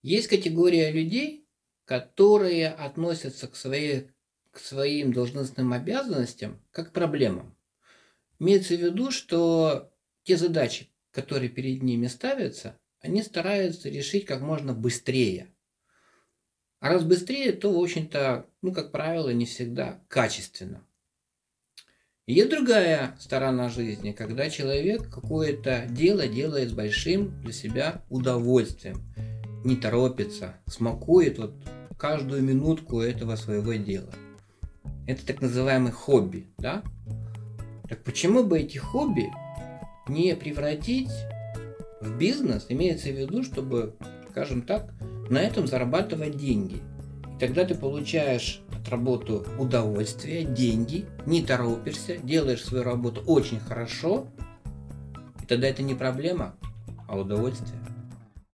Есть категория людей, которые относятся к своим должностным обязанностям как к проблемам. Имеется в виду, что те задачи, которые перед ними ставятся, они стараются решить как можно быстрее. А раз быстрее, то, в общем-то, как правило, не всегда качественно. И есть другая сторона жизни, когда человек какое-то дело делает с большим для себя удовольствием, не торопится, смакует каждую минутку этого своего дела. Это так называемый хобби, да? Так почему бы эти хобби не превратить в бизнес, имеется в виду, чтобы, скажем так, на этом зарабатывать деньги. И тогда ты получаешь от работы удовольствие, деньги, не торопишься, делаешь свою работу очень хорошо, и тогда это не проблема, а удовольствие.